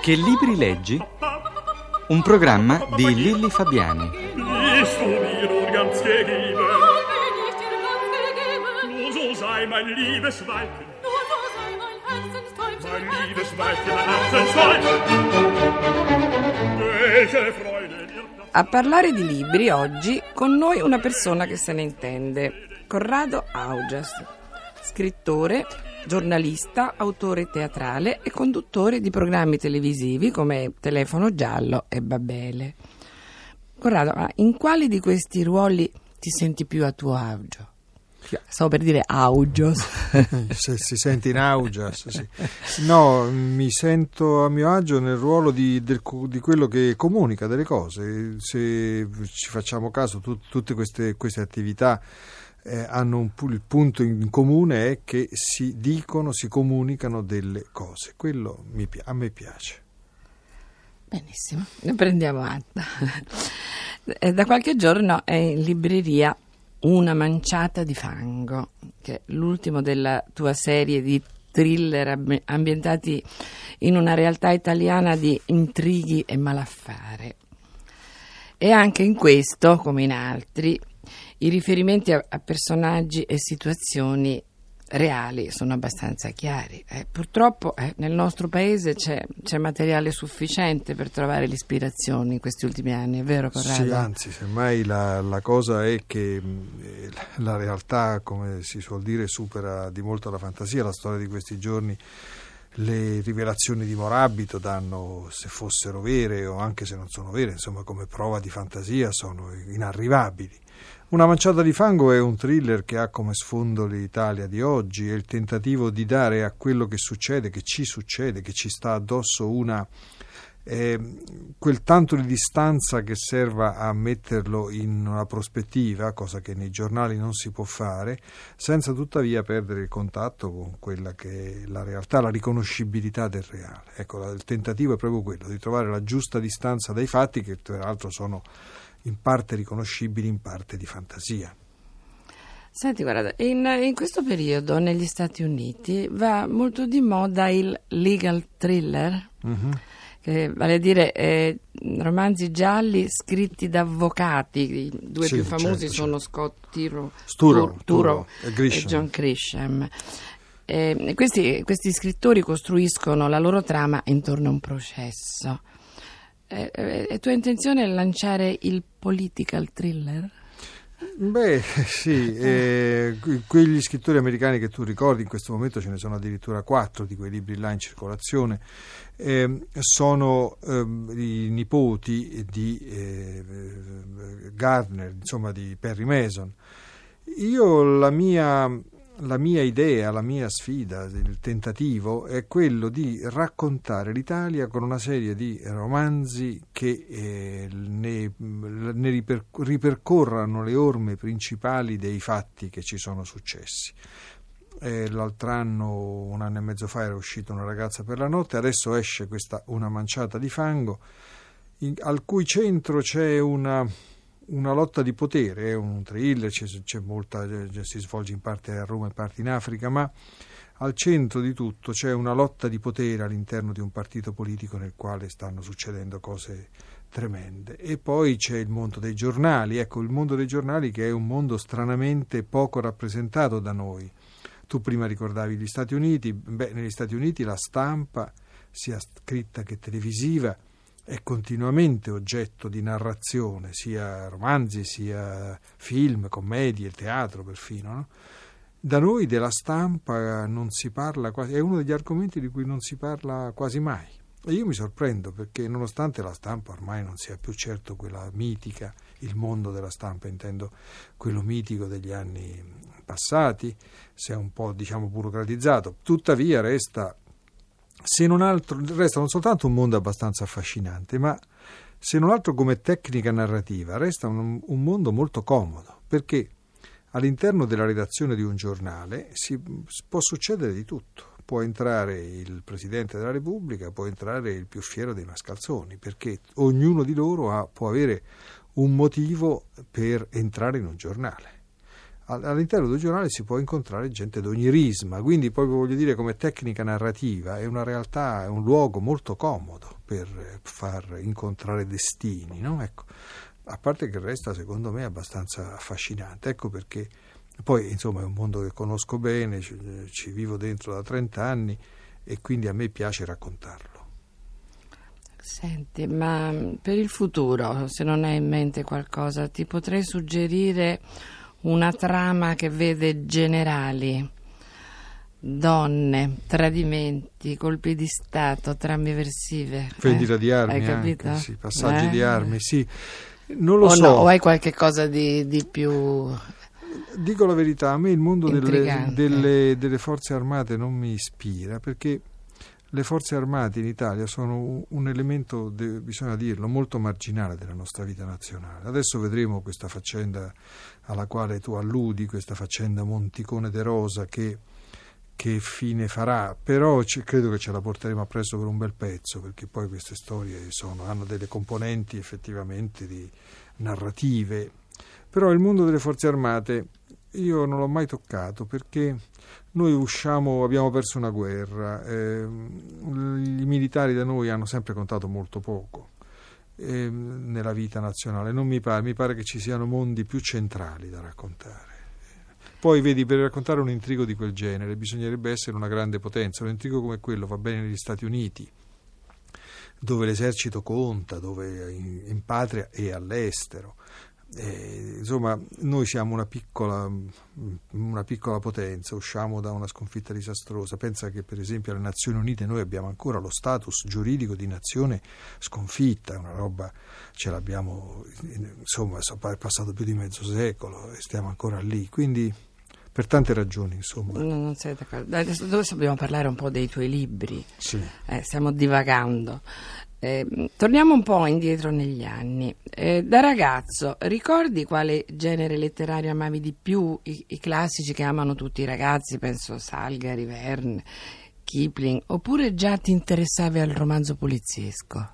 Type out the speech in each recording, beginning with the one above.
Che libri leggi? Un programma di Lilli Fabiani. Bist du mir nur ganz gegeben? Bin ich dir ganz gegeben? Nur so sei mein liebes Weibchen, Nur so sei mein Herzenstäubchen. mein liebes Weibchen, mein Herzensweibchen. Welche Freude dir das... A parlare di libri oggi con noi una persona che se ne intende, Corrado Augias, scrittore, giornalista, autore teatrale e conduttore di programmi televisivi come Telefono Giallo e Babele. Corrado, ma in quali di questi ruoli ti senti più a tuo agio? Stavo per dire Augios. Se si sente in Augias, sì. No, mi sento a mio agio nel ruolo di quello che comunica delle cose. Se ci facciamo caso, tutte queste attività hanno il punto in comune è che si dicono, si comunicano delle cose. Quello a me piace. Benissimo, ne prendiamo atto. Da qualche giorno è in libreria Una manciata di fango, che è l'ultimo della tua serie di thriller ambientati in una realtà italiana di intrighi e malaffare. E anche in questo, come in altri, i riferimenti a personaggi e situazioni reali sono abbastanza chiari. Purtroppo nel nostro paese c'è materiale sufficiente per trovare l'ispirazione in questi ultimi anni, è vero, Corrado? Sì, anzi, semmai la cosa è che la realtà, come si suol dire, supera di molto la fantasia. La storia di questi giorni, le rivelazioni di Morabito danno, se fossero vere o anche se non sono vere, insomma, come prova di fantasia sono inarrivabili. Una manciata di fango è un thriller che ha come sfondo l'Italia di oggi, è il tentativo di dare a quello che succede, che ci sta addosso quel tanto di distanza che serva a metterlo in una prospettiva, cosa che nei giornali non si può fare, senza tuttavia perdere il contatto con quella che è la realtà, la riconoscibilità del reale. Ecco, il tentativo è proprio quello, di trovare la giusta distanza dai fatti, che peraltro sono in parte riconoscibili, in parte di fantasia. Senti, guarda, in questo periodo negli Stati Uniti va molto di moda il legal thriller, che vale a dire romanzi gialli scritti da avvocati. I due più famosi sono Scott Turow e John Grisham. Questi scrittori costruiscono la loro trama intorno a un processo. È tua intenzione lanciare il political thriller? Beh, sì, quegli scrittori americani che tu ricordi, in questo momento ce ne sono addirittura 4 di quei libri là in circolazione, sono i nipoti di Gardner, insomma di Perry Mason. Io la mia idea, la mia sfida, il tentativo è quello di raccontare l'Italia con una serie di romanzi che ripercorrano le orme principali dei fatti che ci sono successi. L'altro anno, 1 anno e mezzo fa, era uscita Una ragazza per la notte, adesso esce questa Una manciata di fango, al cui centro c'è una lotta di potere, è un thriller, c'è molta, si svolge in parte a Roma, in parte in Africa, ma al centro di tutto c'è una lotta di potere all'interno di un partito politico nel quale stanno succedendo cose tremende. E poi c'è il mondo dei giornali, ecco, il mondo dei giornali, che è un mondo stranamente poco rappresentato da noi. Tu prima ricordavi gli Stati Uniti, negli Stati Uniti la stampa, sia scritta che televisiva, è continuamente oggetto di narrazione, sia romanzi, sia film, commedie, teatro perfino, no? Da noi della stampa non si parla quasi, è uno degli argomenti di cui non si parla quasi mai. E io mi sorprendo, perché nonostante la stampa ormai non sia più certo quella mitica, il mondo della stampa intendo quello mitico degli anni passati, si è un po', diciamo, burocratizzato, tuttavia resta non soltanto un mondo abbastanza affascinante, ma se non altro come tecnica narrativa resta un mondo molto comodo, perché all'interno della redazione di un giornale può succedere di tutto. Può entrare il Presidente della Repubblica, può entrare il più fiero dei mascalzoni, perché ognuno di loro può avere un motivo per entrare in un giornale. all'interno del giornale si può incontrare gente d'ogni risma, quindi proprio voglio dire, come tecnica narrativa è una realtà, è un luogo molto comodo per far incontrare destini, no? Ecco, a parte che resta secondo me abbastanza affascinante, ecco perché poi insomma è un mondo che conosco bene, ci vivo dentro da 30 anni e quindi a me piace raccontarlo. Senti, ma per il futuro, se non hai in mente qualcosa, ti potrei suggerire una trama che vede generali, donne, tradimenti, colpi di stato, trame eversive. Vendita di armi, hai capito? Anche, sì, passaggi di armi, sì. Non lo so. No, o hai qualche cosa di più... Dico la verità, a me il mondo delle forze armate non mi ispira, perché le forze armate in Italia sono un elemento, bisogna dirlo, molto marginale della nostra vita nazionale. Adesso vedremo questa faccenda alla quale tu alludi, questa faccenda Monticone de Rosa, che fine farà, però credo che ce la porteremo appresso per un bel pezzo, perché poi queste storie hanno delle componenti effettivamente narrative. Però il mondo delle forze armate io non l'ho mai toccato, perché noi abbiamo perso una guerra, i militari da noi hanno sempre contato molto poco nella vita nazionale, non mi pare che ci siano mondi più centrali da raccontare. Poi vedi, per raccontare un intrigo di quel genere bisognerebbe essere una grande potenza. Un intrigo come quello va bene negli Stati Uniti, dove l'esercito conta, dove in patria e all'estero. Insomma, noi siamo una piccola potenza, usciamo da una sconfitta disastrosa. Pensa che per esempio alle Nazioni Unite noi abbiamo ancora lo status giuridico di nazione sconfitta, una roba ce l'abbiamo, insomma, è passato più di mezzo secolo e stiamo ancora lì, quindi per tante ragioni, insomma. Non sei d'accordo. Adesso dobbiamo parlare un po' dei tuoi libri. Sì. Stiamo divagando. Torniamo un po' indietro negli anni. Da ragazzo, ricordi quale genere letterario amavi di più? I classici che amano tutti i ragazzi, penso Salgari, Verne, Kipling, oppure già ti interessavi al romanzo poliziesco?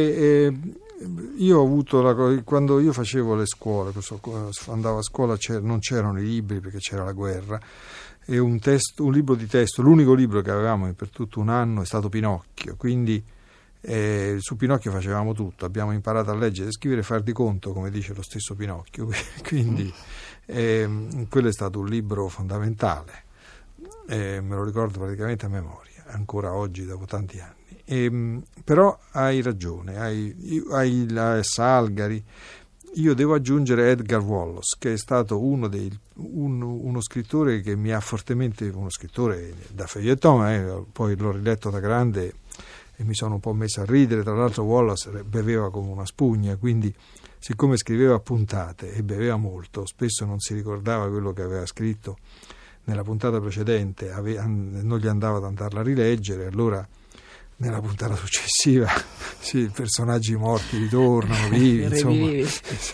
Io ho avuto quando io facevo le scuole, andavo a scuola, non c'erano i libri perché c'era la guerra, e un libro di testo, l'unico libro che avevamo per tutto un anno è stato Pinocchio, quindi su Pinocchio facevamo tutto, abbiamo imparato a leggere e scrivere e far di conto, come dice lo stesso Pinocchio, quindi quello è stato un libro fondamentale, me lo ricordo praticamente a memoria, ancora oggi dopo tanti anni. Però hai ragione, hai la Salgari. Io devo aggiungere Edgar Wallace, che è stato uno scrittore che mi ha fortemente, uno scrittore da feuilleton, poi l'ho riletto da grande e mi sono un po' messo a ridere. Tra l'altro Wallace beveva come una spugna, quindi siccome scriveva a puntate e beveva molto, spesso non si ricordava quello che aveva scritto nella puntata precedente, non gli andava ad andarla a rileggere, allora nella puntata successiva i personaggi morti ritornano vivi, insomma,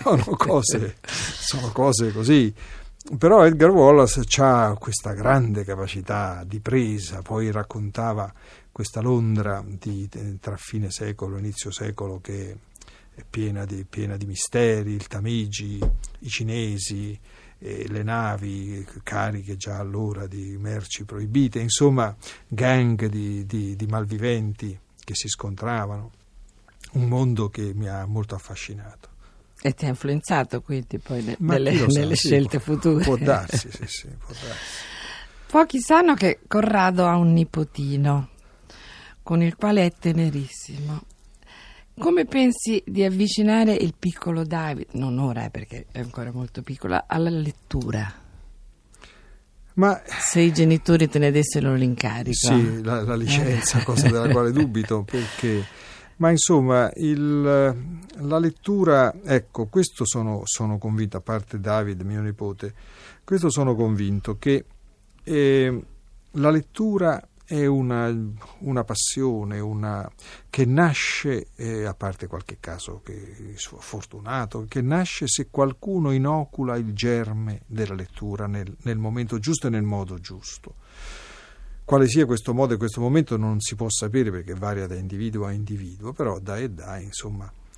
sono cose così. Però Edgar Wallace ha questa grande capacità di presa, poi raccontava questa Londra tra fine secolo e inizio secolo che è piena di misteri, il Tamigi, i cinesi, le navi cariche già allora di merci proibite, insomma gang di malviventi che si scontravano, un mondo che mi ha molto affascinato. E ti ha influenzato quindi poi nelle scelte future? Può darsi, sì, può darsi. Pochi sanno che Corrado ha un nipotino con il quale è tenerissimo. Come pensi di avvicinare il piccolo David, non ora perché è ancora molto piccola, alla lettura? Ma se i genitori te ne dessero l'incarico. Sì, la licenza, cosa della quale dubito, perché... Ma insomma, la lettura, ecco, questo sono convinto, a parte David, mio nipote, questo sono convinto che la lettura è una passione, che nasce, a parte qualche caso che fortunato, che nasce se qualcuno inocula il germe della lettura nel momento giusto e nel modo giusto. Quale sia questo modo e questo momento non si può sapere perché varia da individuo a individuo, però insomma,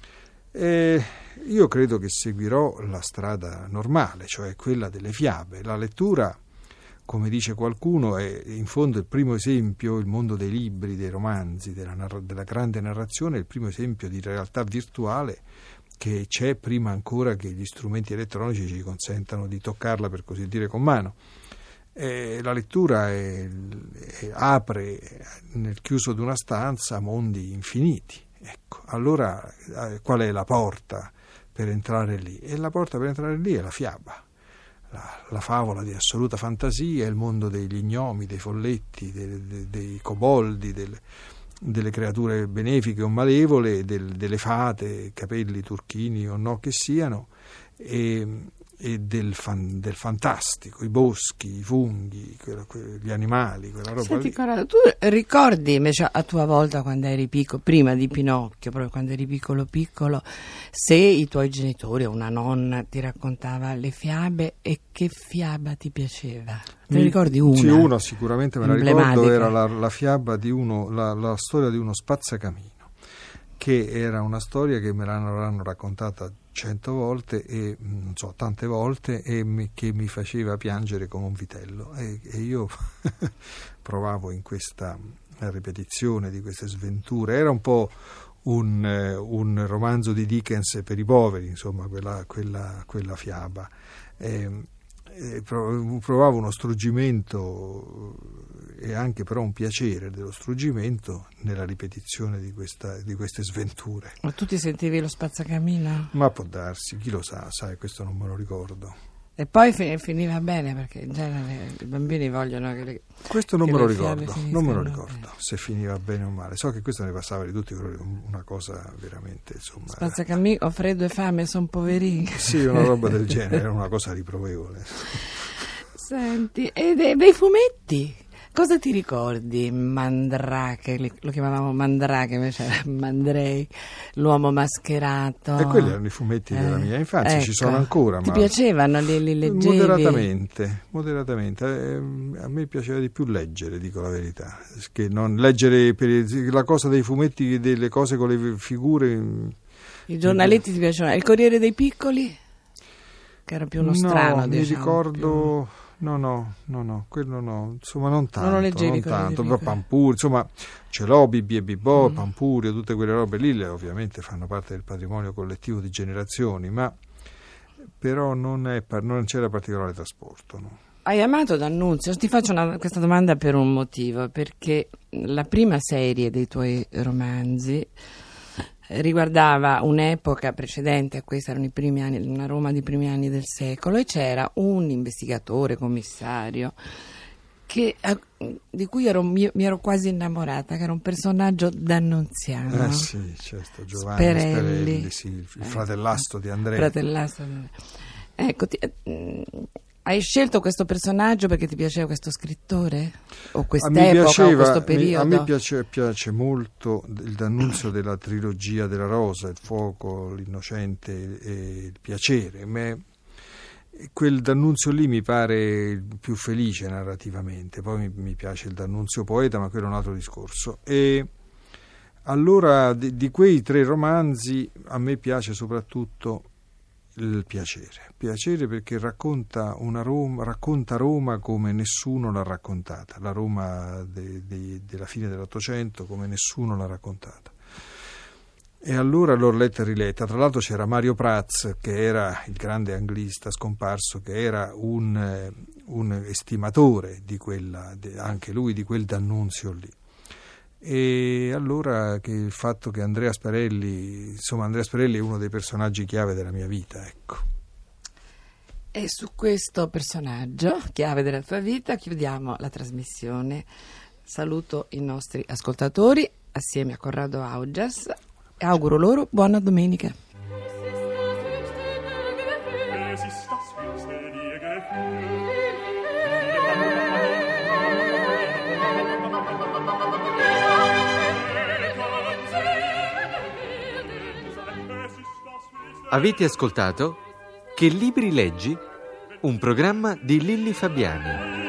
Io credo che seguirò la strada normale, cioè quella delle fiabe. La lettura, come dice qualcuno, è in fondo il primo esempio, il mondo dei libri, dei romanzi, della grande narrazione, è il primo esempio di realtà virtuale che c'è prima ancora che gli strumenti elettronici ci consentano di toccarla, per così dire, con mano. La lettura apre nel chiuso di una stanza mondi infiniti. Ecco, allora qual è la porta per entrare lì? E la porta per entrare lì è la fiaba, la favola di assoluta fantasia, il mondo degli gnomi, dei folletti, dei coboldi, delle creature benefiche o malevole, delle fate, capelli turchini o no che siano, e del fantastico, i boschi, i funghi, gli animali, quella roba. Senti, lì. Corrado, tu ricordi invece a tua volta quando eri piccolo, prima di Pinocchio, proprio quando eri piccolo, se i tuoi genitori o una nonna ti raccontava le fiabe e che fiaba ti piaceva? Te ne ricordi una? Sì, una sicuramente me la ricordo, emblematica. era la fiaba di la storia di uno spazzacamino, che era una storia che me l'hanno raccontata 100 volte e non so, tante volte, e che mi faceva piangere come un vitello, e io provavo in questa ripetizione di queste sventure. Era un po' un romanzo di Dickens per i poveri, insomma, quella fiaba. Provavo uno struggimento e anche però un piacere dello struggimento nella ripetizione di queste sventure. Ma tu ti sentivi lo spazzacamino? Ma può darsi, chi lo sa, sai, questo non me lo ricordo. E poi finiva bene, perché in genere i bambini vogliono che questo non che me lo le fiabe ricordo, finiscano non me lo bene. ricordo se finiva bene o male. So che questo ne passava di tutti, una cosa veramente, insomma. Spazzacamino, freddo e fame, son poverini. Sì, una roba del genere, era una cosa riprovevole. Senti, e dei fumetti? Cosa ti ricordi? Mandrake, lo chiamavamo Mandrake, invece era Mandrei, l'uomo mascherato. E quelli erano i fumetti della mia infanzia, ecco. ci sono ancora. Ti ma piacevano? Li leggevi? Moderatamente. A me piaceva di più leggere, dico la verità, che non leggere la cosa dei fumetti, delle cose con le figure. I giornaletti ti piacevano? Il Corriere dei Piccoli? Che era più uno strano, mi diciamo. ricordo. No, quello no, insomma non tanto, Non lo leggevi non tanto, quello di però Pampurio, insomma ce l'ho, Bibi e Bibò, Pampurio, tutte quelle robe lì, ovviamente fanno parte del patrimonio collettivo di generazioni, ma però non c'era particolare trasporto, no? Hai amato D'Annunzio? Ti faccio questa domanda per un motivo, perché la prima serie dei tuoi romanzi riguardava un'epoca precedente a questa, erano i primi anni, una Roma dei primi anni del secolo, e c'era un investigatore, commissario, di cui mi ero quasi innamorata, che era un personaggio d'annunziano. Sì, certo, Giovanni Sperelli, sì, il fratellastro di Andrea. Fratellastro di Andrea. Ecco, hai scelto questo personaggio perché ti piaceva questo scrittore? O quest'epoca o questo periodo? A me piace molto il D'Annunzio della trilogia della Rosa, il fuoco, l'innocente e il piacere. Quel D'Annunzio lì mi pare il più felice narrativamente. Poi mi piace il D'Annunzio poeta, ma quello è un altro discorso. E allora di quei 3 romanzi a me piace soprattutto il piacere perché racconta Roma come nessuno l'ha raccontata, la Roma della fine dell'Ottocento come nessuno l'ha raccontata. E allora l'ho letta e riletta. Tra l'altro c'era Mario Prats, che era il grande anglista scomparso, che era un estimatore di anche lui di quel D'Annunzio lì. E allora che il fatto che Andrea Sperelli è uno dei personaggi chiave della mia vita, ecco. E su questo personaggio chiave della tua vita chiudiamo la trasmissione. Saluto i nostri ascoltatori assieme a Corrado Augias e auguro loro buona domenica. Es ist das höchste dir Gefühl. Avete ascoltato Che libri leggi? Un programma di Lilli Fabiani.